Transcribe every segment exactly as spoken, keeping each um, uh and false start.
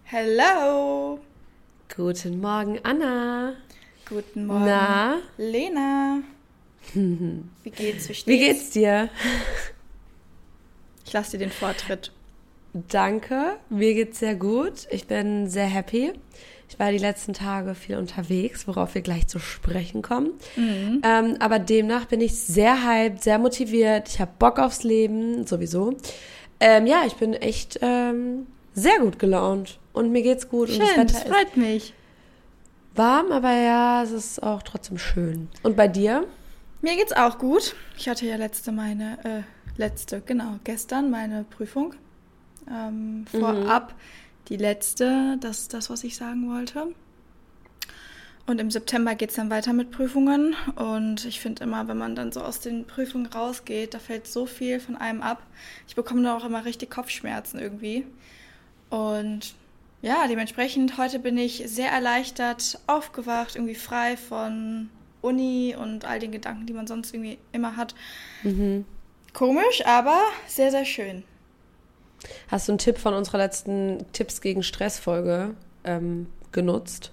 Hello. Guten Morgen, Anna. Guten Morgen, Na? Lena. Wie geht's? Wie steht's? Wie geht's dir? Ich lasse dir den Vortritt. Danke, mir geht's sehr gut. Ich bin sehr happy. Ich war die letzten Tage viel unterwegs, worauf wir gleich zu sprechen kommen. Mhm. Ähm, aber demnach bin ich sehr hyped, sehr motiviert. Ich habe Bock aufs Leben, sowieso. Ähm, ja, ich bin echt ähm, sehr gut gelaunt und mir geht's gut. Schön, und das Wetter das freut ist mich. warm, aber ja, es ist auch trotzdem schön. Und bei dir? Mir geht's auch gut. Ich hatte ja letzte meine, äh, letzte, genau, gestern meine Prüfung. Ähm, vorab die letzte, das ist das, was ich sagen wollte. Und im September geht's dann weiter mit Prüfungen. Und ich finde immer, wenn man dann so aus den Prüfungen rausgeht, da fällt so viel von einem ab. Ich bekomme da auch immer richtig Kopfschmerzen irgendwie. Und ja, dementsprechend, heute bin ich sehr erleichtert aufgewacht, irgendwie frei von Uni und all den Gedanken, die man sonst irgendwie immer hat. Mhm. Komisch, aber sehr, sehr schön. Hast du einen Tipp von unserer letzten Tipps gegen Stress-Folge ähm, genutzt?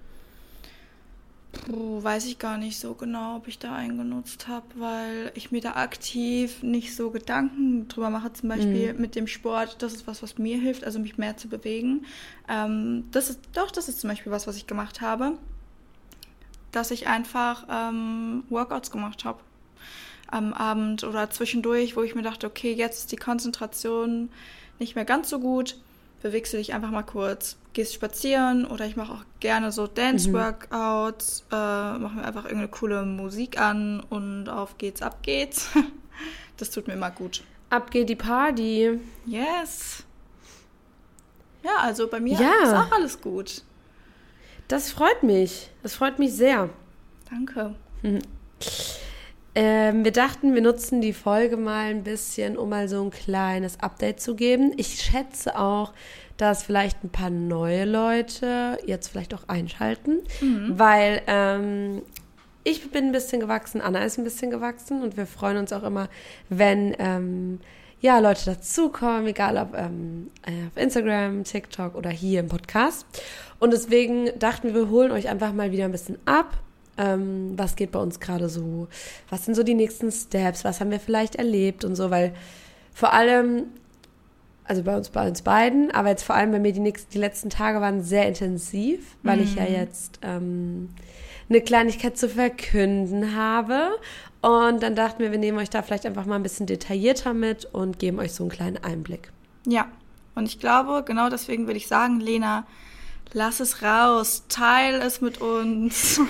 Puh, weiß ich gar nicht so genau, ob ich da einen genutzt habe, weil ich mir da aktiv nicht so Gedanken drüber mache. Zum Beispiel mit dem Sport, das ist was, was mir hilft, also mich mehr zu bewegen. Ähm, das ist, doch, das ist zum Beispiel was, was ich gemacht habe, dass ich einfach ähm, Workouts gemacht habe am Abend oder zwischendurch, wo ich mir dachte, okay, jetzt ist die Konzentration nicht mehr ganz so gut, bewegst du dich einfach mal kurz, gehst spazieren oder ich mache auch gerne so Dance-Workouts, mhm. äh, mache mir einfach irgendeine coole Musik an und auf geht's, ab geht's. Das tut mir immer gut. Ab geht die Party. Yes. Ja, also bei mir Ja. ist auch alles gut. Das freut mich. Das freut mich sehr. Danke. Mhm. Ähm, wir dachten, wir nutzen die Folge mal ein bisschen, um mal so ein kleines Update zu geben. Ich schätze auch, dass vielleicht ein paar neue Leute jetzt vielleicht auch einschalten, mhm. weil ähm, ich bin ein bisschen gewachsen, Anna ist ein bisschen gewachsen und wir freuen uns auch immer, wenn ähm, ja, Leute dazukommen, egal ob ähm, auf Instagram, TikTok oder hier im Podcast. Und deswegen dachten wir, wir holen euch einfach mal wieder ein bisschen ab. Ähm, was geht bei uns gerade so? Was sind so die nächsten Steps? Was haben wir vielleicht erlebt und so? Weil vor allem, also bei uns, bei uns beiden, aber jetzt vor allem bei mir die, nächsten, die letzten Tage waren sehr intensiv, weil mhm. ich ja jetzt ähm, eine Kleinigkeit zu verkünden habe. Und dann dachten wir, wir nehmen euch da vielleicht einfach mal ein bisschen detaillierter mit und geben euch so einen kleinen Einblick. Ja, und ich glaube, genau deswegen würde ich sagen, Lena, lass es raus, teil es mit uns.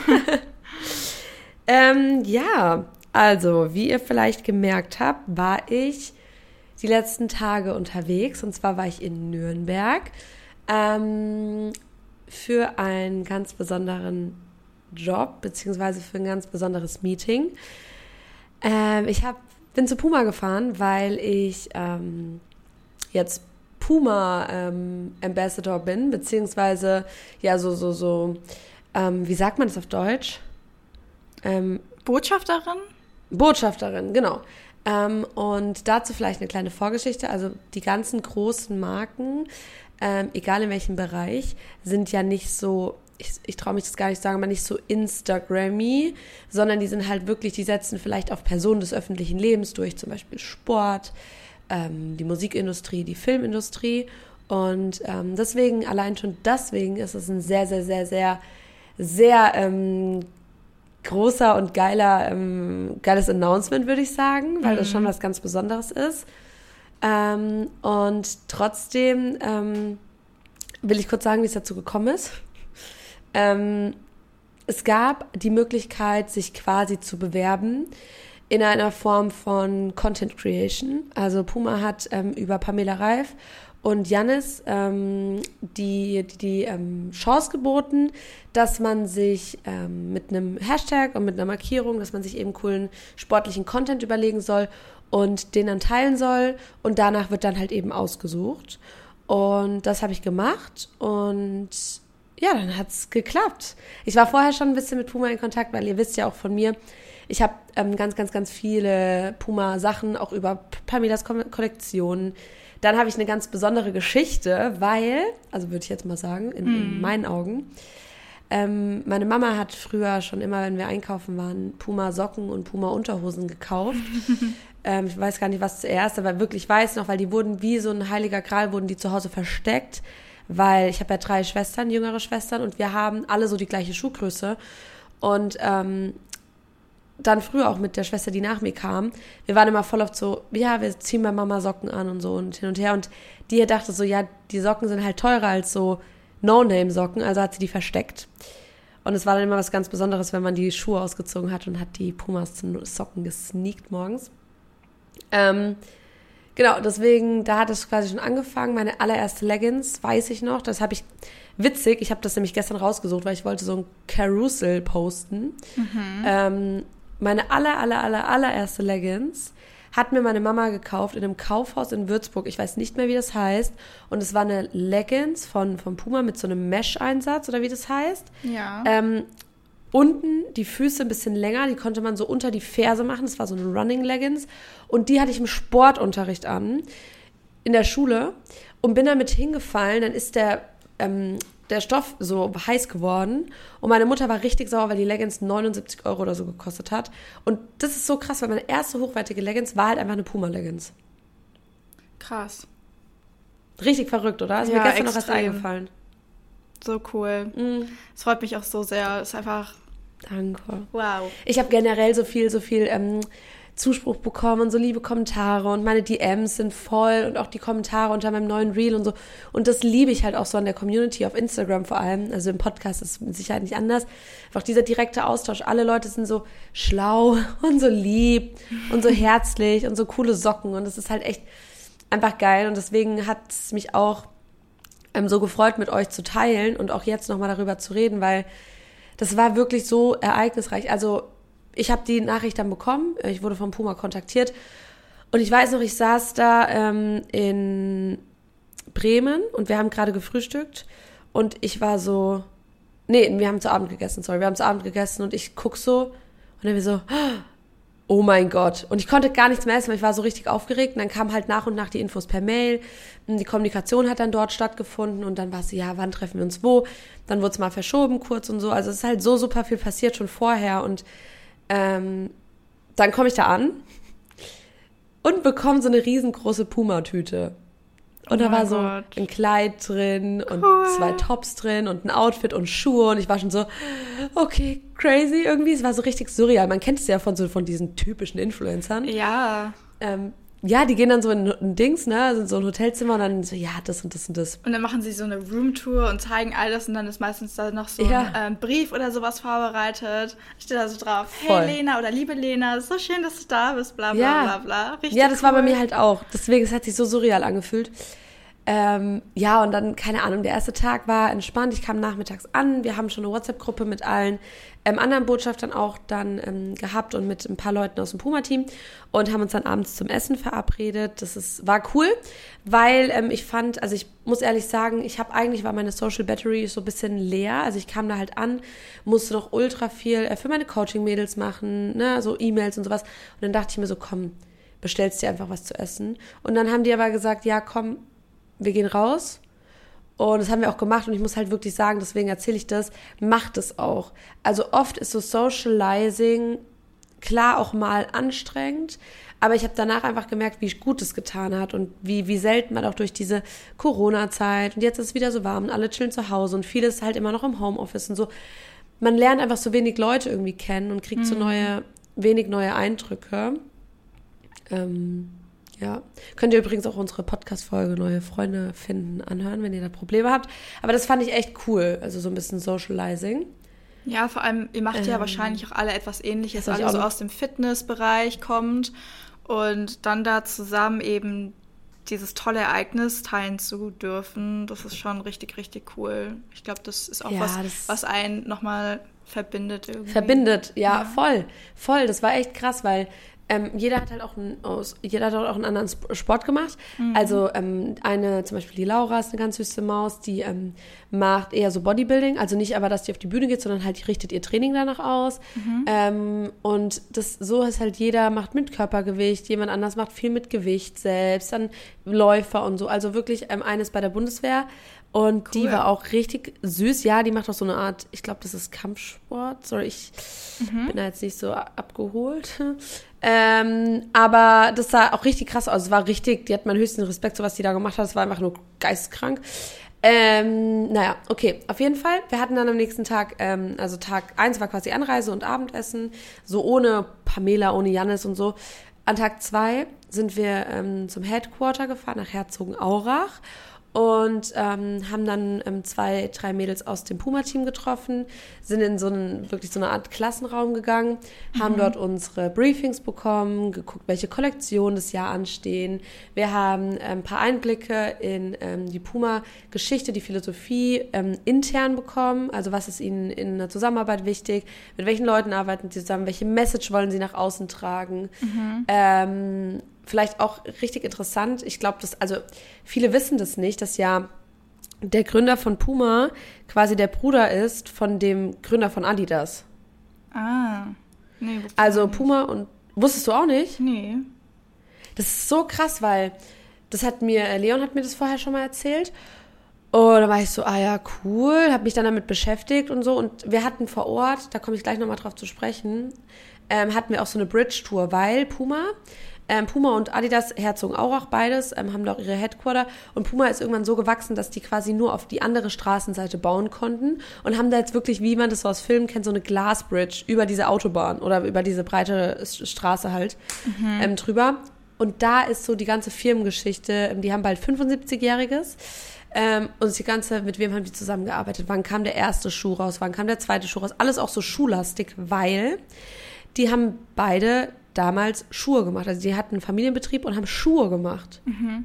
ähm, ja, also, wie ihr vielleicht gemerkt habt, war ich die letzten Tage unterwegs. Und zwar war ich in Nürnberg ähm, für einen ganz besonderen Job, beziehungsweise für ein ganz besonderes Meeting. Ähm, ich hab, bin zu Puma gefahren, weil ich ähm, jetzt Puma ähm, Ambassador bin, beziehungsweise, ja, so, so, so, ähm, wie sagt man das auf Deutsch? Ähm, Botschafterin? Botschafterin, genau. Ähm, und dazu vielleicht eine kleine Vorgeschichte. Also die ganzen großen Marken, ähm, egal in welchem Bereich, sind ja nicht so, ich, ich traue mich das gar nicht sagen, aber nicht so Instagrammy, sondern die sind halt wirklich, die setzen vielleicht auf Personen des öffentlichen Lebens durch, zum Beispiel Sport, ähm, die Musikindustrie, die Filmindustrie. Und ähm, deswegen, allein schon deswegen ist es ein sehr, sehr, sehr, sehr, sehr ähm, großer und geiler, ähm, geiles Announcement, würde ich sagen, weil mhm. das schon was ganz Besonderes ist. Ähm, und trotzdem ähm, will ich kurz sagen, wie es dazu gekommen ist. Ähm, es gab die Möglichkeit, sich quasi zu bewerben in einer Form von Content Creation. Also Puma hat ähm, über Pamela Reif und Jannis ähm, die, die, die ähm, Chance geboten, dass man sich ähm, mit einem Hashtag und mit einer Markierung, dass man sich eben coolen sportlichen Content überlegen soll und den dann teilen soll und danach wird dann halt eben ausgesucht. Und das habe ich gemacht und ja, dann hat's geklappt. Ich war vorher schon ein bisschen mit Puma in Kontakt, weil ihr wisst ja auch von mir, ich habe ähm, ganz, ganz, ganz viele Puma-Sachen, auch über Pamelas Kollektionen. dann habe ich eine ganz besondere Geschichte, weil, also würde ich jetzt mal sagen, in, in Hm. meinen Augen, ähm, meine Mama hat früher schon immer, wenn wir einkaufen waren, Puma-Socken und Puma-Unterhosen gekauft. ähm, ich weiß gar nicht, was zuerst, aber wirklich weiß noch, weil die wurden wie so ein heiliger Gral, wurden die zu Hause versteckt, weil ich habe ja drei Schwestern, jüngere Schwestern, und wir haben alle so die gleiche Schuhgröße. Und ähm, dann früher auch mit der Schwester, die nach mir kam, wir waren immer voll oft so, ja, wir ziehen bei Mama Socken an und so und hin und her. Und die hier dachte so, ja, die Socken sind halt teurer als so No-Name-Socken, also hat sie die versteckt. Und es war dann immer was ganz Besonderes, wenn man die Schuhe ausgezogen hat und hat die Pumas-Socken gesneakt morgens. Ähm, genau, deswegen, da hat es quasi schon angefangen. Meine allererste Leggings, weiß ich noch, das habe ich, witzig, ich habe das nämlich gestern rausgesucht, weil ich wollte so ein Carousel posten. Mhm. Ähm, meine aller, aller, aller, allererste Leggings hat mir meine Mama gekauft in einem Kaufhaus in Würzburg. Ich weiß nicht mehr, wie das heißt. Und es war eine Leggings von, von Puma mit so einem Mesh-Einsatz, oder wie das heißt. Ja. Ähm, unten die Füße ein bisschen länger, die konnte man so unter die Ferse machen. Das war so eine Running-Leggings. Und die hatte ich im Sportunterricht an, in der Schule. Und bin damit hingefallen. Dann ist der, ähm, der Stoff so heiß geworden. Und meine Mutter war richtig sauer, weil die Leggings neunundsiebzig Euro oder so gekostet hat. Und das ist so krass, weil meine erste hochwertige Leggings war halt einfach eine Puma-Leggings. Krass. Richtig verrückt, oder? Ist Ja, mir gestern noch extrem. erst eingefallen. So cool. Mhm. Es freut mich auch so sehr. Es ist einfach, Danke. wow. Ich habe generell so viel, so viel ähm, Zuspruch bekommen und so liebe Kommentare und meine D Ms sind voll und auch die Kommentare unter meinem neuen Reel und so. Und das liebe ich halt auch so an der Community, auf Instagram vor allem. Also im Podcast ist es mit Sicherheit nicht anders. Einfach dieser direkte Austausch. Alle Leute sind so schlau und so lieb und so herzlich und so coole Socken. Und es ist halt echt einfach geil. Und deswegen hat es mich auch ähm, so gefreut, mit euch zu teilen und auch jetzt nochmal darüber zu reden, weil das war wirklich so ereignisreich. Also ich habe die Nachricht dann bekommen, ich wurde von Puma kontaktiert und ich weiß noch, ich saß da ähm, in Bremen und wir haben gerade gefrühstückt und ich war so, nee, wir haben zu Abend gegessen, sorry, wir haben zu Abend gegessen und ich guck so und dann wir so, oh mein Gott. Und ich konnte gar nichts mehr essen, weil ich war so richtig aufgeregt. Und dann kamen halt nach und nach die Infos per Mail. Die Kommunikation hat dann dort stattgefunden. Und dann war es so, ja, wann treffen wir uns wo? Dann wurde es mal verschoben kurz und so. Also es ist halt so super viel passiert schon vorher. Und ähm, dann komme ich da an und bekomme so eine riesengroße Puma-Tüte. Und Oh da war mein so Gott. ein Kleid drin und Cool. zwei Tops drin und ein Outfit und Schuhe. Und ich war schon so, okay, crazy irgendwie. Es war so richtig surreal. Man kennt es ja von so von diesen typischen Influencern. Ja. Ähm, ja, die gehen dann so in ein Dings, ne, also in so ein Hotelzimmer und dann so, ja, das und das und das. Und dann machen sie so eine Roomtour und zeigen all das und dann ist meistens da noch so Ja. ein ähm, Brief oder sowas vorbereitet. Steht da so drauf, Voll. hey Lena oder liebe Lena, so schön, dass du da bist, bla bla Ja. bla bla. Richtig Ja, das cool. war bei mir halt auch. Deswegen, es hat sich so surreal angefühlt. Ähm, ja, und dann, keine Ahnung, der erste Tag war entspannt. Ich kam nachmittags an. Wir haben schon eine WhatsApp-Gruppe mit allen ähm, anderen Botschaftern auch dann ähm, gehabt und mit ein paar Leuten aus dem Puma-Team und haben uns dann abends zum Essen verabredet. Das ist, war cool, weil ähm, ich fand, also ich muss ehrlich sagen, ich habe eigentlich, war meine Social Battery so ein bisschen leer. Also ich kam da halt an, musste noch ultra viel äh, für meine Coaching-Mädels machen, ne, so E-Mails und sowas. Und dann dachte ich mir so, komm, bestellst dir einfach was zu essen. Und dann haben die aber gesagt, ja, komm, wir gehen raus und das haben wir auch gemacht und ich muss halt wirklich sagen, deswegen erzähle ich das, macht es auch. Also oft ist so Socializing klar auch mal anstrengend, aber ich habe danach einfach gemerkt, wie gut es getan hat und wie, wie selten man auch durch diese Corona-Zeit und jetzt ist es wieder so warm und alle chillen zu Hause und vieles halt immer noch im Homeoffice und so. Man lernt einfach so wenig Leute irgendwie kennen und kriegt so neue, wenig neue Eindrücke. Ähm... Ja, könnt ihr übrigens auch unsere Podcast-Folge Neue Freunde finden, anhören, wenn ihr da Probleme habt. Aber das fand ich echt cool, also so ein bisschen Socializing. Ja, vor allem, ihr macht ja Ähm, wahrscheinlich auch alle etwas Ähnliches, das hab ich alle so auch noch. aus dem Fitnessbereich kommt und dann da zusammen eben dieses tolle Ereignis teilen zu dürfen, das ist schon richtig, richtig cool. Ich glaube, das ist auch Ja, was, das- was einen nochmal verbindet irgendwie. Verbindet, ja, voll, voll. Das war echt krass, weil ähm, jeder hat halt auch einen, aus, jeder hat auch einen anderen Sport gemacht. Mhm. Also ähm, eine, zum Beispiel die Laura ist eine ganz süße Maus, die ähm, macht eher so Bodybuilding, also nicht aber, dass die auf die Bühne geht, sondern halt die richtet ihr Training danach aus. Mhm. Ähm, und das so ist halt jeder macht mit Körpergewicht, jemand anders macht viel mit Gewicht selbst, dann Läufer und so. Also wirklich ähm, eines bei der Bundeswehr. Und cool. Die war auch richtig süß. Ja, die macht auch so eine Art, ich glaube, das ist Kampfsport. Sorry, ich mhm. bin da jetzt nicht so abgeholt. Ähm, aber das sah auch richtig krass aus. Es war richtig, die hat meinen höchsten Respekt, so was die da gemacht hat. Es war einfach nur geisteskrank. Ähm, naja, okay, auf jeden Fall. Wir hatten dann am nächsten Tag, ähm, also Tag eins war quasi Anreise und Abendessen. So ohne Pamela, ohne Jannis und so. An Tag zwei sind wir ähm, zum Headquarter gefahren, nach Herzogenaurach. Und ähm, haben dann ähm, zwei, drei Mädels aus dem Puma-Team getroffen, sind in so einen, wirklich so eine Art Klassenraum gegangen, mhm. haben dort unsere Briefings bekommen, geguckt, welche Kollektionen das Jahr anstehen. Wir haben ähm, ein paar Einblicke in ähm, die Puma-Geschichte, die Philosophie ähm, intern bekommen. Also was ist ihnen in der Zusammenarbeit wichtig, mit welchen Leuten arbeiten sie zusammen, welche Message wollen sie nach außen tragen. Mhm. Ähm, Vielleicht auch richtig interessant, ich glaube, dass, also viele wissen das nicht, dass ja der Gründer von Puma quasi der Bruder ist von dem Gründer von Adidas. Ah, nee. Also Puma und, wusstest du auch nicht? Nee. Das ist so krass, weil das hat mir, Leon hat mir das vorher schon mal erzählt. Und da war ich so, ah ja, cool, habe mich dann damit beschäftigt und so. Und wir hatten vor Ort, da komme ich gleich nochmal drauf zu sprechen, ähm, hatten wir auch so eine Bridge-Tour, weil Puma... Ähm, Puma und Adidas, Herzogenaurach, beides, ähm, haben da auch ihre Headquarter. Und Puma ist irgendwann so gewachsen, dass die quasi nur auf die andere Straßenseite bauen konnten und haben da jetzt wirklich, wie man das so aus Filmen kennt, so eine Glassbridge über diese Autobahn oder über diese breite Straße halt mhm. ähm, drüber. Und da ist so die ganze Firmengeschichte, die haben bald fünfundsiebzigjähriges. Ähm, und die ganze, mit wem haben die zusammengearbeitet? Wann kam der erste Schuh raus? Wann kam der zweite Schuh raus? Alles auch so schuhlastig, weil die haben beide damals Schuhe gemacht. Also die hatten einen Familienbetrieb und haben Schuhe gemacht. Mhm.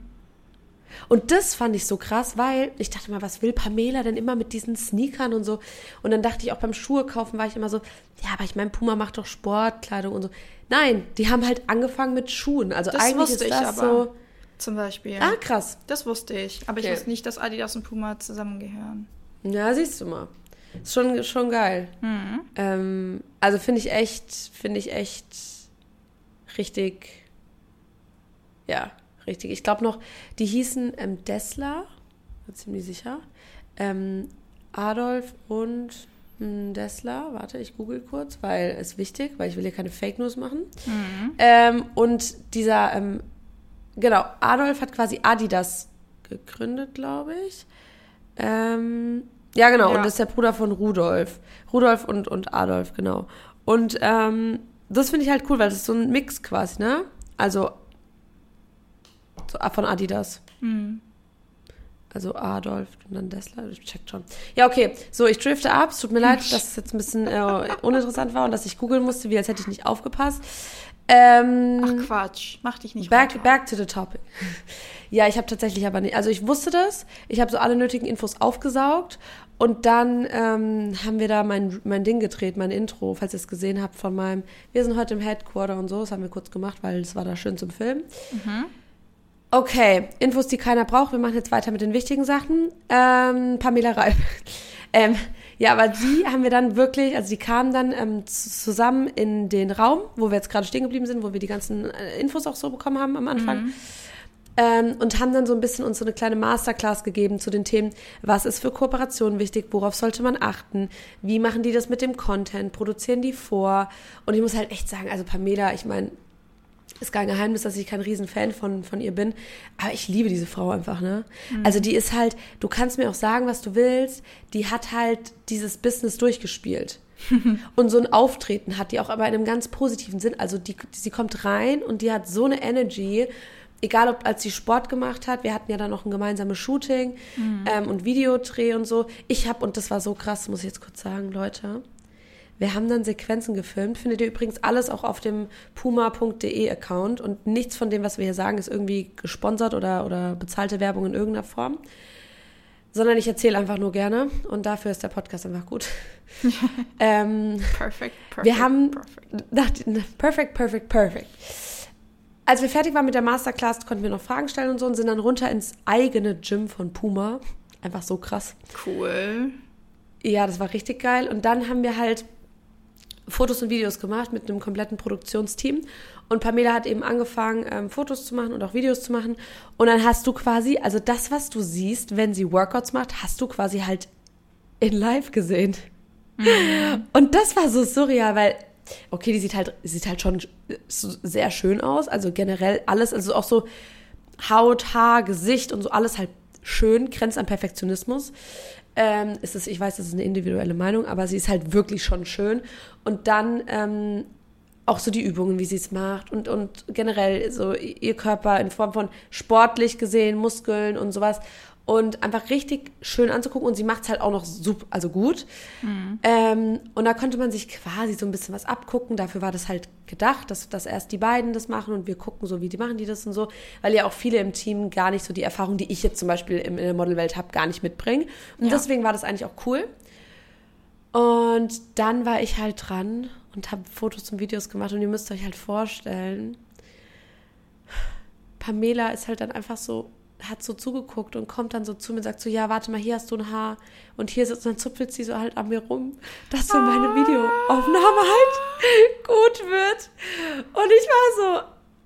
Und das fand ich so krass, weil ich dachte mal, was will Pamela denn immer mit diesen Sneakern und so? Und dann dachte ich auch beim Schuhe kaufen war ich immer so, ja, aber ich meine, Puma macht doch Sportkleidung und so. Nein, die haben halt angefangen mit Schuhen. Also das eigentlich wusste ist ich das aber, so. Zum Beispiel. Ah, krass. Das wusste ich. Aber ich okay. wusste nicht, dass Adidas und Puma zusammengehören. Ja, siehst du mal. Ist schon, schon geil. Mhm. Ähm, also finde ich echt, finde ich echt richtig, ja, richtig. Ich glaube noch, die hießen ähm, Dessler, bin ziemlich sicher, ähm, Adolf und mh, Dessler, warte, ich google kurz, weil es ist wichtig, weil ich will hier keine Fake News machen. Mhm. Ähm, und dieser, ähm, genau, Adolf hat quasi Adidas gegründet, glaube ich. Ähm, ja, genau, ja. Und das ist der Bruder von Rudolf. Rudolf und, und Adolf, genau. Und, ähm, das finde ich halt cool, weil das ist so ein Mix quasi, ne? Also so von Adidas. Mhm. Also Adolf und dann Dessler, ich check schon. Ja, okay, so, ich drifte ab. Es tut mir leid, dass es jetzt ein bisschen äh, uninteressant war und dass ich googeln musste, wie als hätte ich nicht aufgepasst. Ähm, Ach Quatsch, mach dich nicht back, back to the topic. Ja, ich habe tatsächlich aber nicht, also ich wusste das, ich habe so alle nötigen Infos aufgesaugt und dann ähm, haben wir da mein, mein Ding gedreht, mein Intro, falls ihr es gesehen habt von meinem, wir sind heute im Headquarter und so, das haben wir kurz gemacht, weil es war da schön zum Filmen. Mhm. Okay, Infos, die keiner braucht, wir machen jetzt weiter mit den wichtigen Sachen. Ähm, Pamela Reif. ähm, Ja, aber die haben wir dann wirklich, also die kamen dann ähm, zusammen in den Raum, wo wir jetzt gerade stehen geblieben sind, wo wir die ganzen äh, Infos auch so bekommen haben am Anfang. Mhm. Ähm, und haben dann so ein bisschen uns so eine kleine Masterclass gegeben zu den Themen, was ist für Kooperationen wichtig, worauf sollte man achten, wie machen die das mit dem Content, produzieren die vor. Und ich muss halt echt sagen, also Pamela, ich meine, ist kein Geheimnis, dass ich kein Riesenfan von, von ihr bin, aber ich liebe diese Frau einfach, ne? Mhm. Also die ist halt, du kannst mir auch sagen, was du willst, die hat halt dieses Business durchgespielt. Und so ein Auftreten hat die auch aber in einem ganz positiven Sinn, also die, sie kommt rein und die hat so eine Energy, egal ob als sie Sport gemacht hat, wir hatten ja dann noch ein gemeinsames Shooting mhm. ähm, und Videodreh und so, ich habe, und das war so krass, muss ich jetzt kurz sagen, Leute, wir haben dann Sequenzen gefilmt, findet ihr übrigens alles auch auf dem puma punkt de Account und nichts von dem, was wir hier sagen, ist irgendwie gesponsert oder, oder bezahlte Werbung in irgendeiner Form. sondern ich erzähle einfach nur gerne und dafür ist der Podcast einfach gut. ähm, perfect, perfect, wir haben, perfect. Perfect, perfect, perfect. Als wir fertig waren mit der Masterclass, konnten wir noch Fragen stellen und so und sind dann runter ins eigene Gym von Puma. Einfach so krass. Cool. Ja, das war richtig geil. Und dann haben wir halt Fotos und Videos gemacht mit einem kompletten Produktionsteam. Und Pamela hat eben angefangen, ähm, Fotos zu machen und auch Videos zu machen. Und dann hast du quasi, also das, was du siehst, wenn sie Workouts macht, hast du quasi halt in live gesehen. Mhm. Und das war so surreal, weil, okay, die sieht halt, sieht halt schon sehr schön aus. Also generell alles, also auch so Haut, Haar, Gesicht und so alles halt schön, grenzt an Perfektionismus. Ähm, ist es, ich weiß, das ist eine individuelle Meinung, aber sie ist halt wirklich schon schön. Und dann ähm, auch so die Übungen, wie sie es macht und, und generell so ihr Körper in Form von sportlich gesehen, Muskeln und sowas. Und einfach richtig schön anzugucken und sie macht es halt auch noch super, also gut. Mhm. Ähm, und da konnte man sich quasi so ein bisschen was abgucken. Dafür war das halt gedacht, dass, dass erst die beiden das machen und wir gucken so, wie die machen die das und so. Weil ja auch viele im Team gar nicht so die Erfahrung, die ich jetzt zum Beispiel in der Modelwelt habe, gar nicht mitbringen. Und ja. deswegen war das eigentlich auch cool. Und dann war ich halt dran und habe Fotos und Videos gemacht und ihr müsst euch halt vorstellen, Pamela ist halt dann einfach so, hat so zugeguckt und kommt dann so zu mir und sagt so, ja, warte mal, hier hast du ein Haar und hier sitzt, und dann zupfelt sie so halt an mir rum, dass so meine Videoaufnahme halt gut wird. Und ich war so,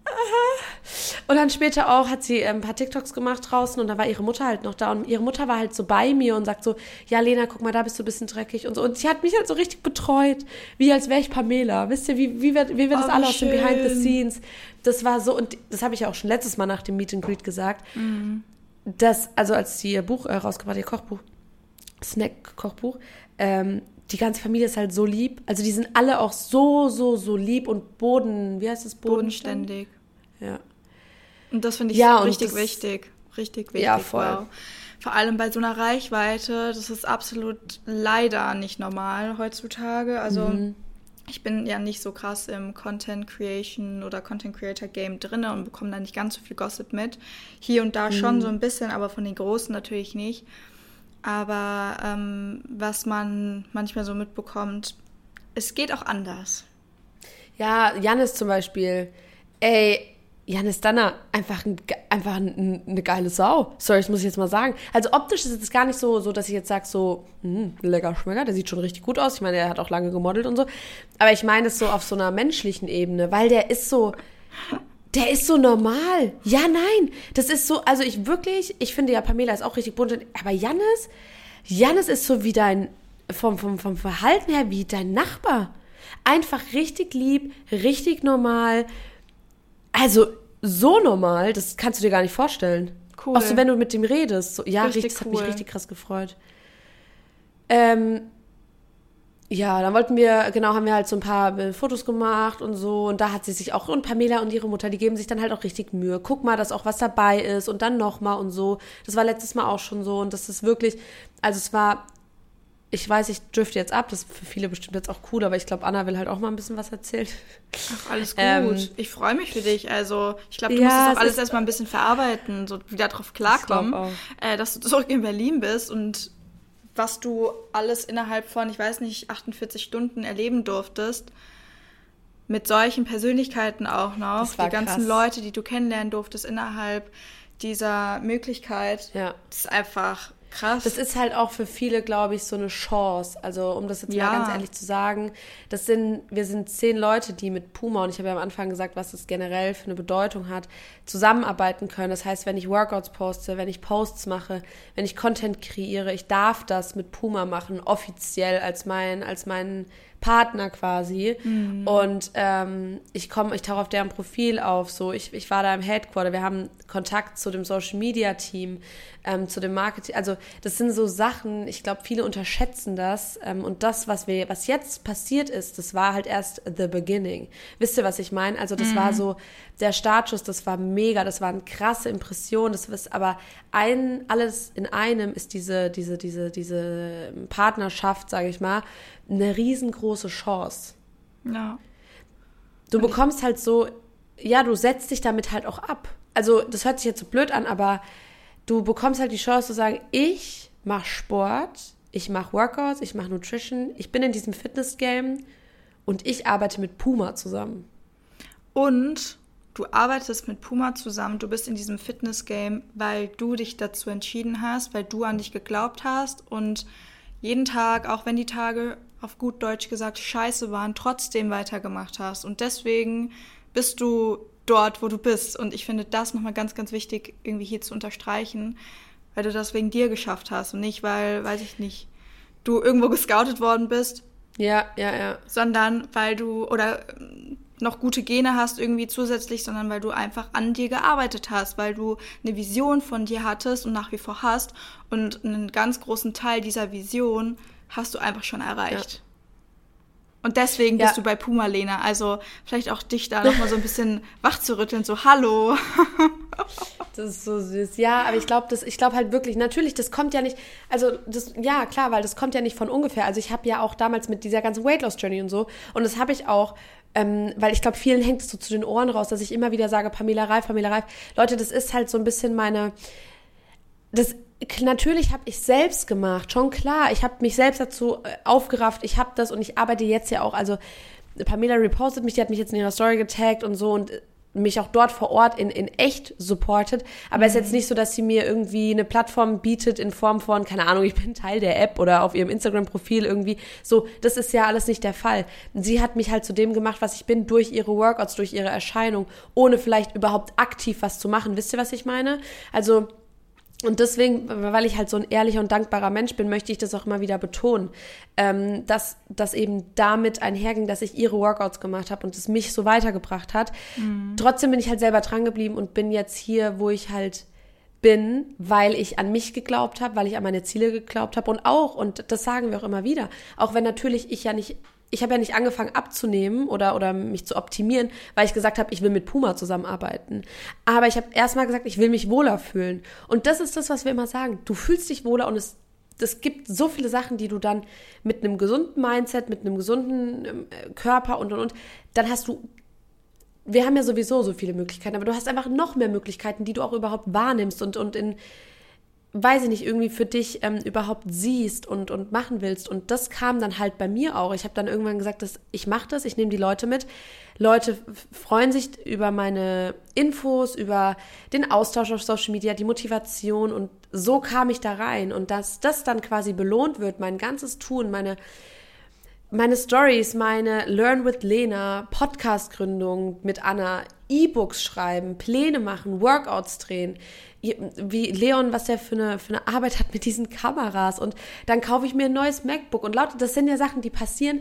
aha. Und dann später auch hat sie ein paar TikToks gemacht draußen und da war ihre Mutter halt noch da und ihre Mutter war halt so bei mir und sagt so, ja, Lena, guck mal, da bist du ein bisschen dreckig und so. Und sie hat mich halt so richtig betreut, wie als wäre ich Pamela. Wisst ihr, wie, wie wir, wie wir das oh, alle aus den Behind the Scenes. Das war so, und das habe ich ja auch schon letztes Mal nach dem Meet and Greet gesagt, mhm. dass, also als sie ihr Buch äh, rausgebracht hat, ihr Kochbuch, Snack-Kochbuch, ähm, die ganze Familie ist halt so lieb. Also die sind alle auch so, so, so lieb und Boden, wie heißt das? Bodenständig. Ja. Und das finde ich ja, richtig wichtig. Richtig wichtig. Ja, voll. Wow. Vor allem bei so einer Reichweite, das ist absolut leider nicht normal heutzutage. Also mhm. ich bin ja nicht so krass im Content Creation oder Content Creator Game drin und bekomme da nicht ganz so viel Gossip mit. Hier und da mhm. schon so ein bisschen, aber von den Großen natürlich nicht. Aber ähm, was man manchmal so mitbekommt, es geht auch anders. Ja, Jannis zum Beispiel. Ey, Jannis Danner, einfach, ein, einfach ein, eine geile Sau. Sorry, das muss ich jetzt mal sagen. Also optisch ist es gar nicht so, so, dass ich jetzt sage, so, mh, lecker Schmecker, der sieht schon richtig gut aus. Ich meine, er hat auch lange gemodelt und so. Aber ich meine es so auf so einer menschlichen Ebene, weil der ist so... Der ist so normal. Ja, nein. Das ist so, also ich wirklich, ich finde ja, Pamela ist auch richtig bunt. Aber Jannis, Jannis ist so wie dein, vom, vom, vom Verhalten her, wie dein Nachbar. Einfach richtig lieb, richtig normal. Also so normal, das kannst du dir gar nicht vorstellen. Cool. Auch so, wenn du mit dem redest. So, ja, richtig, das cool. hat mich richtig krass gefreut. Ähm, Ja, dann wollten wir, genau, haben wir halt so ein paar äh, Fotos gemacht und so und da hat sie sich auch, und Pamela und ihre Mutter, die geben sich dann halt auch richtig Mühe. Guck mal, dass auch was dabei ist und dann nochmal und so. Das war letztes Mal auch schon so und das ist wirklich, also es war, ich weiß, ich drifte jetzt ab, das ist für viele bestimmt jetzt auch cool, aber ich glaube, Anna will halt auch mal ein bisschen was erzählen. Ach, alles gut. Ähm, ich freue mich für dich. Also ich glaube, du ja, musst das auch alles erstmal ein bisschen verarbeiten, so wieder drauf klarkommen, äh, dass du zurück in Berlin bist und was du alles innerhalb von, ich weiß nicht, achtundvierzig Stunden erleben durftest. Mit solchen Persönlichkeiten auch noch. Das war die ganzen krass. Leute, die du kennenlernen durftest innerhalb dieser Möglichkeit. Ja. Das ist einfach krass. Das ist halt auch für viele, glaube ich, so eine Chance. Also um das jetzt ja. mal ganz ehrlich zu sagen, das sind, wir sind zehn Leute, die mit Puma, und ich habe ja am Anfang gesagt, was das generell für eine Bedeutung hat, zusammenarbeiten können. Das heißt, wenn ich Workouts poste, wenn ich Posts mache, wenn ich Content kreiere, ich darf das mit Puma machen, offiziell als mein, als mein Partner quasi. Mhm. Und ähm, ich komme, ich tauche auf deren Profil auf. So, ich, ich war da im Headquarter, wir haben Kontakt zu dem Social Media Team, ähm, zu dem Marketing. Also das sind so Sachen, ich glaube, viele unterschätzen das. Ähm, und das, was wir, was jetzt passiert ist, das war halt erst the beginning. Wisst ihr, was ich meine? Also das mhm. war so der Startschuss, das war mega, das war eine krasse Impression. Das ist aber ein, alles in einem ist diese, diese, diese, diese Partnerschaft, sage ich mal, eine riesengroße Chance. Ja. Du bekommst halt so, ja, du setzt dich damit halt auch ab. Also das hört sich jetzt so blöd an, aber du bekommst halt die Chance zu sagen, ich mache Sport, ich mache Workouts, ich mache Nutrition, ich bin in diesem Fitness-Game und ich arbeite mit Puma zusammen. Und du arbeitest mit Puma zusammen, du bist in diesem Fitness-Game, weil du dich dazu entschieden hast, weil du an dich geglaubt hast und jeden Tag, auch wenn die Tage auf gut Deutsch gesagt scheiße waren, trotzdem weitergemacht hast. Und deswegen bist du dort, wo du bist. Und ich finde das nochmal ganz, ganz wichtig, irgendwie hier zu unterstreichen, weil du das wegen dir geschafft hast und nicht, weil, weiß ich nicht, du irgendwo gescoutet worden bist. Ja, ja, ja. Sondern weil du, oder noch gute Gene hast irgendwie zusätzlich, sondern weil du einfach an dir gearbeitet hast, weil du eine Vision von dir hattest und nach wie vor hast und einen ganz großen Teil dieser Vision hast du einfach schon erreicht. Ja. Und deswegen bist ja. du bei Puma, Lena. Also vielleicht auch dich da nochmal so ein bisschen wach zu rütteln, so hallo. Das ist so süß. Ja, aber ich glaube, das, ich glaube halt wirklich, natürlich, das kommt ja nicht, also das, ja klar, weil das kommt ja nicht von ungefähr. Also ich habe ja auch damals mit dieser ganzen Weight Loss Journey und so, und das habe ich auch, ähm, weil ich glaube, vielen hängt es so zu den Ohren raus, dass ich immer wieder sage, Pamela Reif, Pamela Reif. Leute, das ist halt so ein bisschen meine, das natürlich habe ich selbst gemacht, schon klar. Ich habe mich selbst dazu aufgerafft, ich habe das und ich arbeite jetzt ja auch, also Pamela repostet mich, die hat mich jetzt in ihrer Story getaggt und so und mich auch dort vor Ort in, in echt supportet, aber es mhm. ist jetzt nicht so, dass sie mir irgendwie eine Plattform bietet in Form von, keine Ahnung, ich bin Teil der App oder auf ihrem Instagram-Profil irgendwie, so, das ist ja alles nicht der Fall. Sie hat mich halt zu dem gemacht, was ich bin, durch ihre Workouts, durch ihre Erscheinung, ohne vielleicht überhaupt aktiv was zu machen. Wisst ihr, was ich meine? Also und deswegen, weil ich halt so ein ehrlicher und dankbarer Mensch bin, möchte ich das auch immer wieder betonen, ähm, dass das eben damit einherging, dass ich ihre Workouts gemacht habe und es mich so weitergebracht hat. Mhm. Trotzdem bin ich halt selber dran geblieben und bin jetzt hier, wo ich halt bin, weil ich an mich geglaubt habe, weil ich an meine Ziele geglaubt habe und auch, und das sagen wir auch immer wieder, auch wenn natürlich ich ja nicht Ich habe ja nicht angefangen abzunehmen oder, oder mich zu optimieren, weil ich gesagt habe, ich will mit Puma zusammenarbeiten. Aber ich habe erstmal gesagt, ich will mich wohler fühlen. Und das ist das, was wir immer sagen. Du fühlst dich wohler und es, es gibt so viele Sachen, die du dann mit einem gesunden Mindset, mit einem gesunden äh, Körper und, und, und, dann hast du, wir haben ja sowieso so viele Möglichkeiten, aber du hast einfach noch mehr Möglichkeiten, die du auch überhaupt wahrnimmst und, und in weiß ich nicht, irgendwie für dich ähm, überhaupt siehst und, und machen willst. Und das kam dann halt bei mir auch. Ich habe dann irgendwann gesagt, dass ich mache das, ich nehme die Leute mit. Leute f- freuen sich über meine Infos, über den Austausch auf Social Media, die Motivation. Und so kam ich da rein. Und dass das dann quasi belohnt wird, mein ganzes Tun, meine, meine Stories, meine Learn with Lena, Podcast-Gründung mit Anna, E-Books schreiben, Pläne machen, Workouts drehen, wie Leon, was der für eine, für eine Arbeit hat mit diesen Kameras und dann kaufe ich mir ein neues MacBook und Leute, das sind ja Sachen, die passieren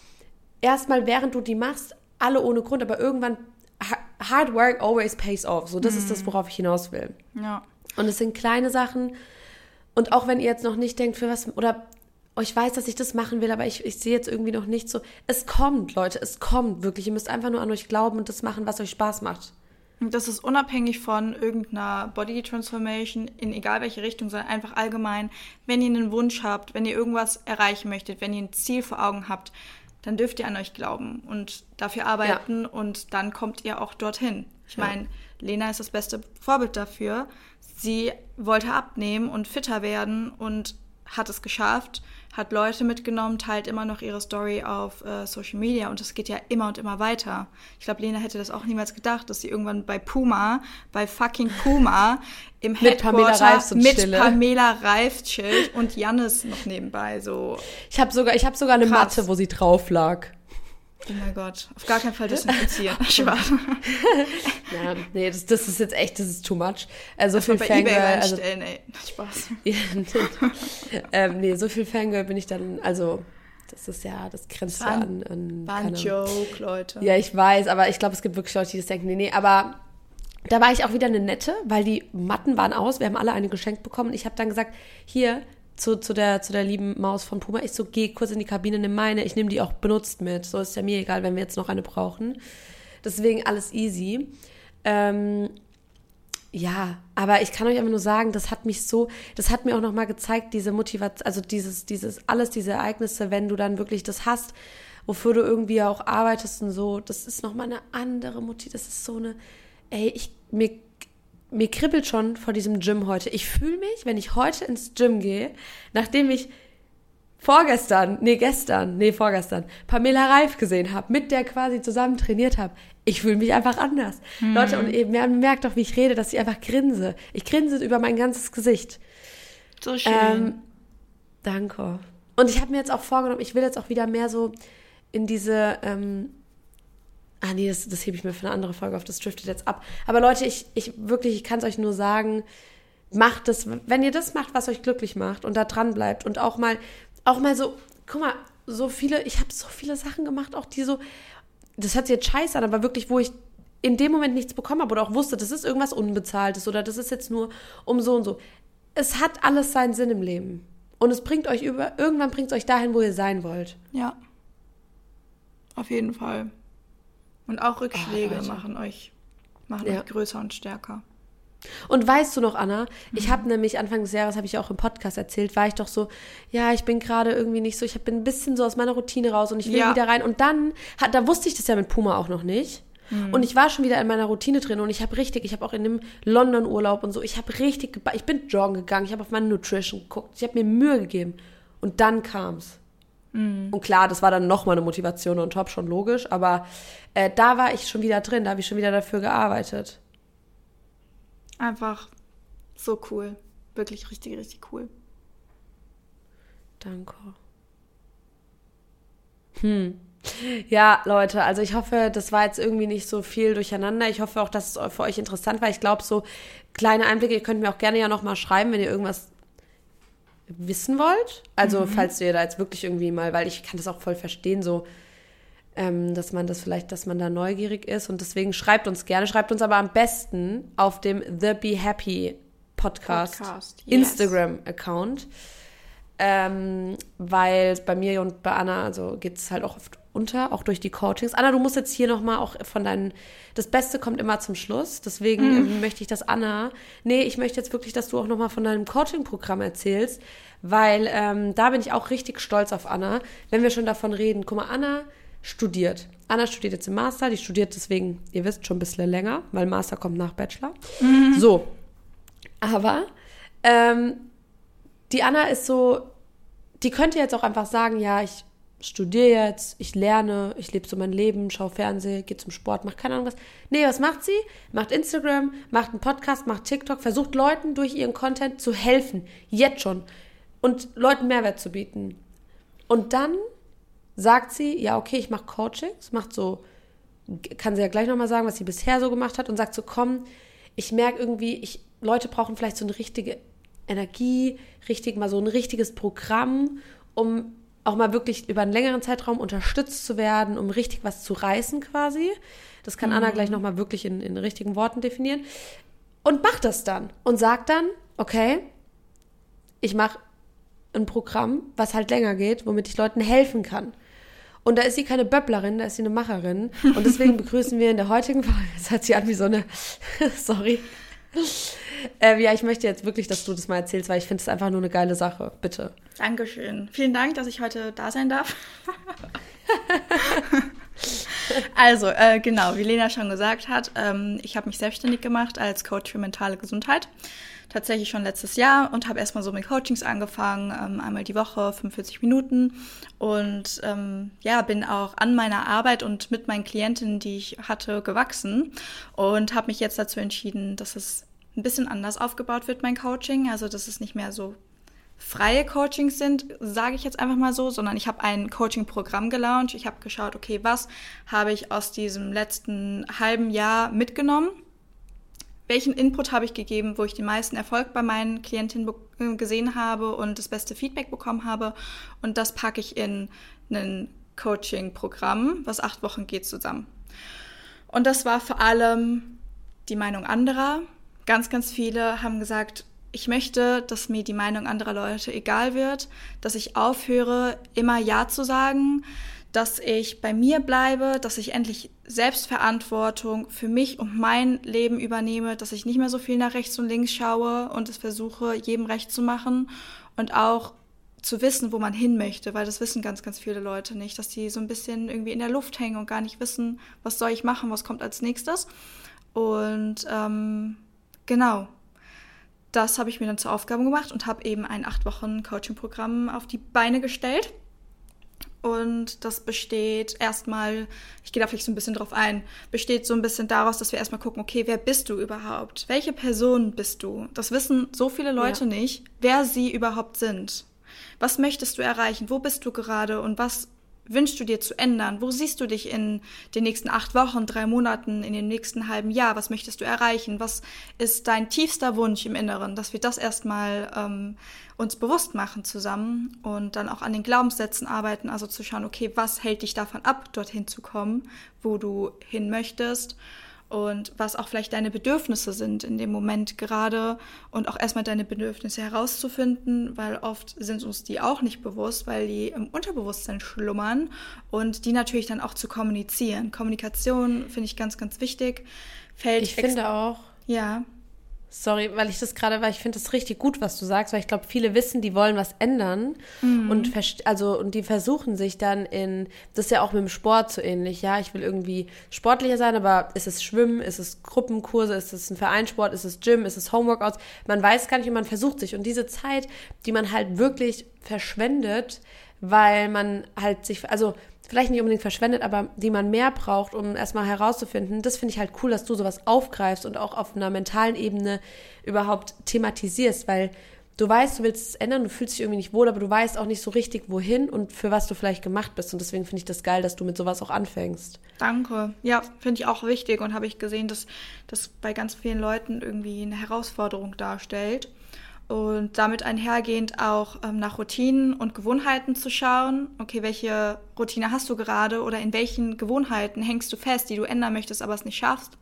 erstmal, während du die machst, alle ohne Grund, aber irgendwann hard work always pays off, so das mm. ist das, worauf ich hinaus will. Ja. Und es sind kleine Sachen und auch wenn ihr jetzt noch nicht denkt, für was, oder oh, ich weiß, dass ich das machen will, aber ich, ich sehe jetzt irgendwie noch nicht so, es kommt, Leute, es kommt wirklich, ihr müsst einfach nur an euch glauben und das machen, was euch Spaß macht. Das ist unabhängig von irgendeiner Body Transformation, in egal welche Richtung, sondern einfach allgemein. Wenn ihr einen Wunsch habt, wenn ihr irgendwas erreichen möchtet, wenn ihr ein Ziel vor Augen habt, dann dürft ihr an euch glauben und dafür arbeiten ja. und dann kommt ihr auch dorthin. Ich ja. meine, Lena ist das beste Vorbild dafür. Sie wollte abnehmen und fitter werden und hat es geschafft, hat Leute mitgenommen, teilt immer noch ihre Story auf äh, Social Media und es geht ja immer und immer weiter. Ich glaube, Lena hätte das auch niemals gedacht, dass sie irgendwann bei Puma, bei fucking Puma im mit Headquarter Pamela Reif so mit chille. Pamela Reif chillt und Jannis noch nebenbei so. Ich habe sogar, ich habe sogar eine Krass. Matte, wo sie drauf lag. Oh mein Gott, auf gar keinen Fall desinfizieren. Spaß. Ja, nee, das, das ist jetzt echt, das ist too much. Also so viel bei Fangirl. eBay Also, ey. Spaß. ja, ähm, nee, so viel Fangirl bin ich dann, also das ist ja, das grenzt ja an, an war ein Joke, Leute. Ja, ich weiß, aber ich glaube, es gibt wirklich Leute, die das denken, nee, nee, aber da war ich auch wieder eine Nette, weil die Matten waren aus, wir haben alle eine geschenkt bekommen. Ich habe dann gesagt, hier, Zu, zu, der, zu der lieben Maus von Puma. Ich so, geh kurz in die Kabine, nimm meine. Ich nehme die auch benutzt mit. So ist ja mir egal, wenn wir jetzt noch eine brauchen. Deswegen alles easy. Ähm, ja, aber ich kann euch einfach nur sagen, das hat mich so, das hat mir auch nochmal gezeigt, diese Motivation, also dieses, dieses, alles diese Ereignisse, wenn du dann wirklich das hast, wofür du irgendwie auch arbeitest und so, das ist nochmal eine andere Motivation. Das ist so eine, ey, ich, mir mir kribbelt schon vor diesem Gym heute. Ich fühle mich, wenn ich heute ins Gym gehe, nachdem ich vorgestern, nee, gestern, nee, vorgestern, Pamela Reif gesehen habe, mit der quasi zusammen trainiert habe. Ich fühle mich einfach anders. Hm. Leute, und eben, man merkt doch, wie ich rede, dass ich einfach grinse. Ich grinse über mein ganzes Gesicht. So schön. Ähm, danke. Und ich habe mir jetzt auch vorgenommen, ich will jetzt auch wieder mehr so in diese, ähm, ah nee, das, das hebe ich mir für eine andere Folge auf, das driftet jetzt ab. Aber Leute, ich, ich wirklich, ich kann es euch nur sagen, macht das, wenn ihr das macht, was euch glücklich macht und da dran bleibt und auch mal, auch mal so, guck mal, so viele, ich habe so viele Sachen gemacht, auch die so, das hört sich jetzt scheiße an, aber wirklich, wo ich in dem Moment nichts bekommen habe oder auch wusste, das ist irgendwas Unbezahltes oder das ist jetzt nur um so und so. Es hat alles seinen Sinn im Leben. Und es bringt euch über, irgendwann bringt es euch dahin, wo ihr sein wollt. Ja. Auf jeden Fall. Und auch Rückschläge oh, machen euch, machen ja. euch größer und stärker. Und weißt du noch, Anna, ich habe nämlich Anfang des Jahres, habe ich auch im Podcast erzählt, war ich doch so, ja, ich bin gerade irgendwie nicht so, ich bin ein bisschen so aus meiner Routine raus und ich will ja. wieder rein. Und dann, hat, da wusste ich das ja mit Puma auch noch nicht. Mhm. Und ich war schon wieder in meiner Routine drin und ich habe richtig, ich habe auch in dem London-Urlaub und so, ich habe richtig, ich bin joggen gegangen, ich habe auf meine Nutrition geguckt, ich habe mir Mühe gegeben. Und dann kam's. Mhm. Und klar, das war dann nochmal eine Motivation on top, schon logisch, aber äh, da war ich schon wieder drin, da habe ich schon wieder dafür gearbeitet. Einfach so cool. Wirklich richtig, richtig cool. Danke. Hm. Ja, Leute, also ich hoffe, das war jetzt irgendwie nicht so viel durcheinander. Ich hoffe auch, dass es für euch interessant war. Ich glaube, so kleine Einblicke, ihr könnt mir auch gerne ja nochmal schreiben, wenn ihr irgendwas wissen wollt. Also mhm. falls ihr da jetzt wirklich irgendwie mal, weil ich kann das auch voll verstehen, so Ähm, dass man das vielleicht, dass man da neugierig ist und deswegen schreibt uns gerne, schreibt uns aber am besten auf dem The Be Happy Podcast, Podcast yes. Instagram-Account, ähm, weil bei mir und bei Anna, also geht es halt auch oft unter, auch durch die Coachings. Anna, du musst jetzt hier nochmal auch von deinen, das Beste kommt immer zum Schluss, deswegen mm. ähm, möchte ich, dass Anna, nee, ich möchte jetzt wirklich, dass du auch nochmal von deinem Coaching-Programm erzählst, weil ähm, da bin ich auch richtig stolz auf Anna, wenn wir schon davon reden. Guck mal, Anna studiert. Anna studiert jetzt im Master, die studiert deswegen, ihr wisst, schon ein bisschen länger, weil Master kommt nach Bachelor. Mhm. So, aber ähm, die Anna ist so, die könnte jetzt auch einfach sagen, ja, ich studiere jetzt, ich lerne, ich lebe so mein Leben, schaue Fernsehen, gehe zum Sport, mache keine Ahnung was. Nee, was macht sie? Macht Instagram, macht einen Podcast, macht TikTok, versucht Leuten durch ihren Content zu helfen, jetzt schon, und Leuten Mehrwert zu bieten. Und dann sagt sie, ja, okay, ich mache Coachings, macht so, kann sie ja gleich nochmal sagen, was sie bisher so gemacht hat und sagt so, komm, ich merke irgendwie, ich, Leute brauchen vielleicht so eine richtige Energie, richtig mal so ein richtiges Programm, um auch mal wirklich über einen längeren Zeitraum unterstützt zu werden, um richtig was zu reißen quasi. Das kann mhm. Anna gleich nochmal wirklich in, in richtigen Worten definieren. Und macht das dann und sagt dann, okay, ich mache ein Programm, was halt länger geht, womit ich Leuten helfen kann. Und da ist sie keine Böpplerin, da ist sie eine Macherin. Und deswegen begrüßen wir in der heutigen Folge, das hört sich an wie so eine, sorry. Äh, ja, ich möchte jetzt wirklich, dass du das mal erzählst, weil ich finde es einfach nur eine geile Sache. Bitte. Dankeschön. Vielen Dank, dass ich heute da sein darf. Also, äh, genau, wie Lena schon gesagt hat, ähm, ich habe mich selbstständig gemacht als Coach für mentale Gesundheit. Tatsächlich schon letztes Jahr und habe erstmal so mit Coachings angefangen, ähm, einmal die Woche, fünfundvierzig Minuten und ähm, ja, bin auch an meiner Arbeit und mit meinen Klientinnen, die ich hatte, gewachsen und habe mich jetzt dazu entschieden, dass es ein bisschen anders aufgebaut wird, mein Coaching, also dass es nicht mehr so freie Coachings sind, sage ich jetzt einfach mal so, sondern ich habe ein Coaching-Programm gelauncht. Ich habe geschaut, okay, was habe ich aus diesem letzten halben Jahr mitgenommen? Welchen Input habe ich gegeben, wo ich den meisten Erfolg bei meinen Klientinnen be- gesehen habe und das beste Feedback bekommen habe. Und das packe ich in ein Coaching-Programm, was acht Wochen geht, zusammen. Und das war vor allem die Meinung anderer. Ganz, ganz viele haben gesagt, ich möchte, dass mir die Meinung anderer Leute egal wird, dass ich aufhöre, immer Ja zu sagen, dass ich bei mir bleibe, dass ich endlich Selbstverantwortung für mich und mein Leben übernehme, dass ich nicht mehr so viel nach rechts und links schaue und es versuche, jedem recht zu machen und auch zu wissen, wo man hin möchte, weil das wissen ganz, ganz viele Leute nicht, dass die so ein bisschen irgendwie in der Luft hängen und gar nicht wissen, was soll ich machen, was kommt als nächstes. Und ähm, genau. Das habe ich mir dann zur Aufgabe gemacht und habe eben ein acht Wochen Coaching-Programm auf die Beine gestellt. Und das besteht erstmal, ich gehe da vielleicht so ein bisschen drauf ein, besteht so ein bisschen daraus, dass wir erstmal gucken, okay, wer bist du überhaupt? Welche Person bist du? Das wissen so viele Leute ja. nicht, wer sie überhaupt sind. Was möchtest du erreichen? Wo bist du gerade? Und was wünschst du dir zu ändern? Wo siehst du dich in den nächsten acht Wochen, drei Monaten, in dem nächsten halben Jahr? Was möchtest du erreichen? Was ist dein tiefster Wunsch im Inneren? Dass wir das erstmal ähm, uns bewusst machen zusammen und dann auch an den Glaubenssätzen arbeiten, also zu schauen, okay, was hält dich davon ab, dorthin zu kommen, wo du hin möchtest und was auch vielleicht deine Bedürfnisse sind in dem Moment gerade und auch erstmal deine Bedürfnisse herauszufinden, weil oft sind uns die auch nicht bewusst, weil die im Unterbewusstsein schlummern und die natürlich dann auch zu kommunizieren. Kommunikation finde ich ganz, ganz wichtig. Fällt ich finde auch. Ja. Sorry, weil ich das gerade, weil ich finde das richtig gut, was du sagst, weil ich glaube, viele wissen, die wollen was ändern mhm. und also und die versuchen sich dann in, das ist ja auch mit dem Sport so ähnlich, ja, ich will irgendwie sportlicher sein, aber ist es Schwimmen, ist es Gruppenkurse, ist es ein Vereinssport, ist es Gym, ist es Homeworkouts, man weiß gar nicht und man versucht sich und diese Zeit, die man halt wirklich verschwendet, weil man halt sich, also vielleicht nicht unbedingt verschwendet, aber die man mehr braucht, um erstmal herauszufinden, das finde ich halt cool, dass du sowas aufgreifst und auch auf einer mentalen Ebene überhaupt thematisierst, weil du weißt, du willst es ändern, du fühlst dich irgendwie nicht wohl, aber du weißt auch nicht so richtig, wohin und für was du vielleicht gemacht bist und deswegen finde ich das geil, dass du mit sowas auch anfängst. Danke. Ja, finde ich auch wichtig und habe ich gesehen, dass das bei ganz vielen Leuten irgendwie eine Herausforderung darstellt. Und damit einhergehend auch ähm, nach Routinen und Gewohnheiten zu schauen, okay, welche Routine hast du gerade oder in welchen Gewohnheiten hängst du fest, die du ändern möchtest, aber es nicht schaffst.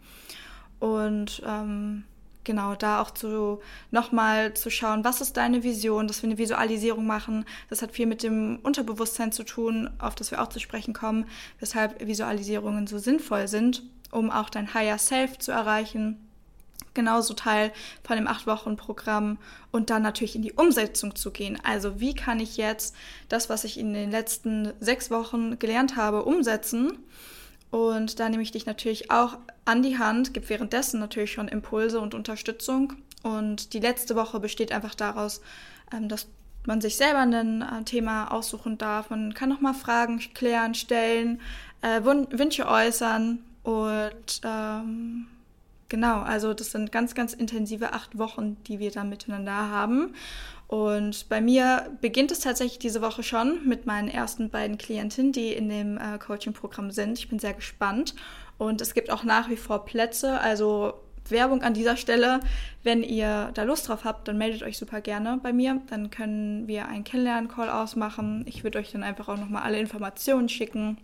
Und ähm, genau, da auch zu nochmal zu schauen, was ist deine Vision, dass wir eine Visualisierung machen. Das hat viel mit dem Unterbewusstsein zu tun, auf das wir auch zu sprechen kommen, weshalb Visualisierungen so sinnvoll sind, um auch dein Higher Self zu erreichen. Genauso Teil von dem acht-Wochen-Programm und dann natürlich in die Umsetzung zu gehen. Also wie kann ich jetzt das, was ich in den letzten sechs Wochen gelernt habe, umsetzen? Und da nehme ich dich natürlich auch an die Hand, gebe währenddessen natürlich schon Impulse und Unterstützung. Und die letzte Woche besteht einfach daraus, dass man sich selber ein Thema aussuchen darf. Man kann nochmal Fragen klären, stellen, Wünsche äußern und ähm, genau, also das sind ganz, ganz intensive acht Wochen, die wir da miteinander haben. Und bei mir beginnt es tatsächlich diese Woche schon mit meinen ersten beiden Klientinnen, die in dem äh, Coaching-Programm sind. Ich bin sehr gespannt. Und es gibt auch nach wie vor Plätze, also Werbung an dieser Stelle. Wenn ihr da Lust drauf habt, dann meldet euch super gerne bei mir. Dann können wir einen Kennenlernen-Call ausmachen. Ich würde euch dann einfach auch nochmal alle Informationen schicken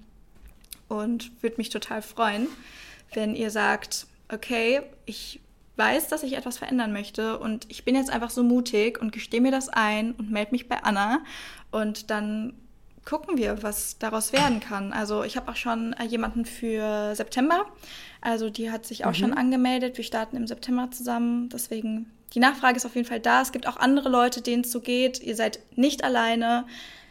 und würde mich total freuen, wenn ihr sagt, okay, ich weiß, dass ich etwas verändern möchte und ich bin jetzt einfach so mutig und gestehe mir das ein und melde mich bei Anna und dann gucken wir, was daraus werden kann. Also ich habe auch schon jemanden für September, also die hat sich auch mhm. schon angemeldet. Wir starten im September zusammen, deswegen die Nachfrage ist auf jeden Fall da. Es gibt auch andere Leute, denen es so geht. Ihr seid nicht alleine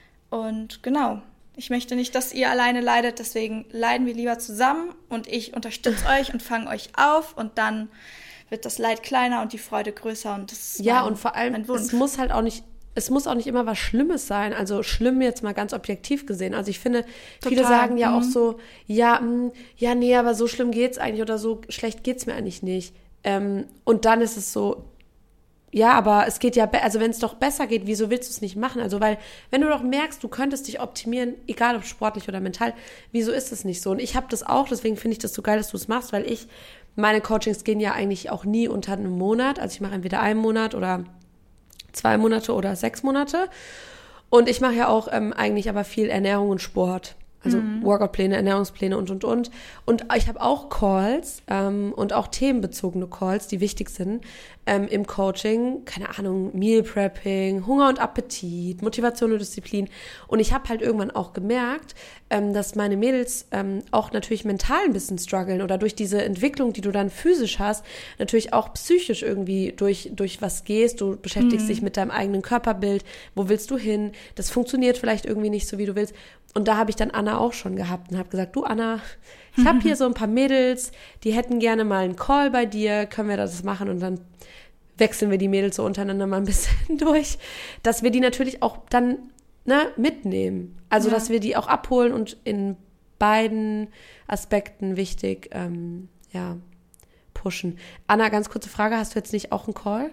und genau. Ich möchte nicht, dass ihr alleine leidet, deswegen leiden wir lieber zusammen und ich unterstütze euch und fange euch auf und dann wird das Leid kleiner und die Freude größer und das ist ja mein, und vor allem es muss halt auch nicht es muss auch nicht immer was Schlimmes sein, also schlimm jetzt mal ganz objektiv gesehen. Also ich finde, Total. viele sagen ja mhm. auch so, ja, mh, ja, nee, aber so schlimm geht's eigentlich oder so schlecht geht's mir eigentlich nicht. Ähm, und dann ist es so, ja, aber es geht ja, be- also wenn es doch besser geht, wieso willst du es nicht machen? Also weil, wenn du doch merkst, du könntest dich optimieren, egal ob sportlich oder mental, wieso ist es nicht so? Und ich habe das auch, deswegen finde ich das so geil, dass du es machst, weil ich, meine Coachings gehen ja eigentlich auch nie unter einem Monat, also ich mache entweder einen Monat oder zwei Monate oder sechs Monate und ich mache ja auch ähm, eigentlich aber viel Ernährung und Sport. Also mhm. Workout-Pläne, Ernährungspläne und, und, und. Und ich habe auch Calls ähm, und auch themenbezogene Calls, die wichtig sind ähm, im Coaching. Keine Ahnung, Meal Prepping, Hunger und Appetit, Motivation und Disziplin. Und ich habe halt irgendwann auch gemerkt, ähm, dass meine Mädels ähm, auch natürlich mental ein bisschen strugglen oder durch diese Entwicklung, die du dann physisch hast, natürlich auch psychisch irgendwie durch, durch was gehst. Du beschäftigst mhm. dich mit deinem eigenen Körperbild. Wo willst du hin? Das funktioniert vielleicht irgendwie nicht so, wie du willst. Und da habe ich dann Anna auch schon gehabt und habe gesagt, du Anna, ich habe hier so ein paar Mädels, die hätten gerne mal einen Call bei dir, können wir das machen und dann wechseln wir die Mädels so untereinander mal ein bisschen durch, dass wir die natürlich auch dann ne, mitnehmen. Also, ja. dass wir die auch abholen und in beiden Aspekten wichtig, ähm, ja, pushen. Anna, ganz kurze Frage, hast du jetzt nicht auch einen Call?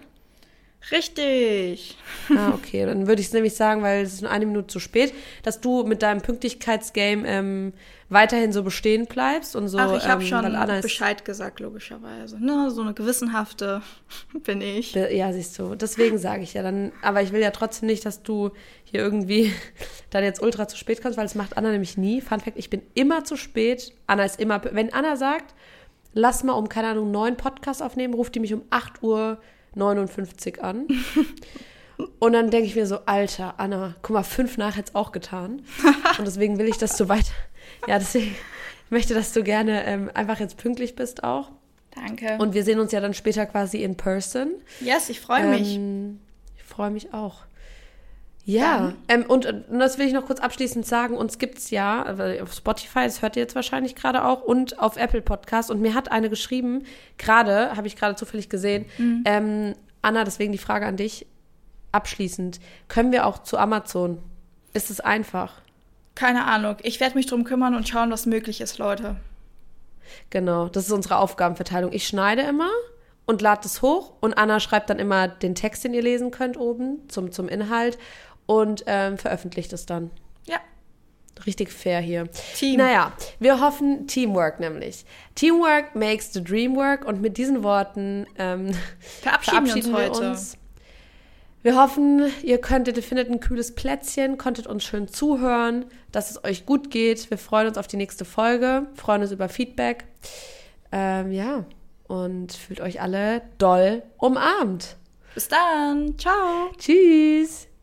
Richtig. Ah, okay, dann würde ich es nämlich sagen, weil es ist nur eine Minute zu spät, dass du mit deinem Pünktlichkeitsgame ähm, weiterhin so bestehen bleibst und so. Ach, ich habe ähm, schon Anna Bescheid gesagt, logischerweise. Ne, so eine gewissenhafte bin ich. Ja, siehst du, deswegen sage ich ja dann, aber ich will ja trotzdem nicht, dass du hier irgendwie dann jetzt ultra zu spät kommst, weil das macht Anna nämlich nie. Fun Fact, ich bin immer zu spät. Anna ist immer, wenn Anna sagt, lass mal um, keine Ahnung, neun Podcast aufnehmen, ruft die mich um acht Uhr neunundfünfzig an. Und dann denke ich mir so, Alter, Anna, guck mal, fünf nach hätte es auch getan. Und deswegen will ich, dass du weiter, ja, deswegen ich möchte, dass du gerne ähm, einfach jetzt pünktlich bist auch. Danke. Und wir sehen uns ja dann später quasi in person. Yes, ich freue mich. Ähm, ich freue mich auch. Ja, ähm, und, und das will ich noch kurz abschließend sagen, uns gibt's ja also auf Spotify, das hört ihr jetzt wahrscheinlich gerade auch, und auf Apple Podcast. Und mir hat eine geschrieben, gerade, habe ich gerade zufällig gesehen, mhm. ähm, Anna, deswegen die Frage an dich, abschließend, können wir auch zu Amazon? Ist es einfach? Keine Ahnung, ich werde mich drum kümmern und schauen, was möglich ist, Leute. Genau, das ist unsere Aufgabenverteilung. Ich schneide immer und lade es hoch und Anna schreibt dann immer den Text, den ihr lesen könnt oben zum, zum Inhalt. Und ähm, veröffentlicht es dann. Ja. Richtig fair hier. Team. Naja, wir hoffen Teamwork nämlich. Teamwork makes the dream work. Und mit diesen Worten ähm, verabschieden, verabschieden wir, wir uns, uns. Wir hoffen, ihr könntet, ihr findet ein kühles Plätzchen, konntet uns schön zuhören, dass es euch gut geht. Wir freuen uns auf die nächste Folge, freuen uns über Feedback. Ähm, ja, und fühlt euch alle doll umarmt. Bis dann. Ciao. Tschüss.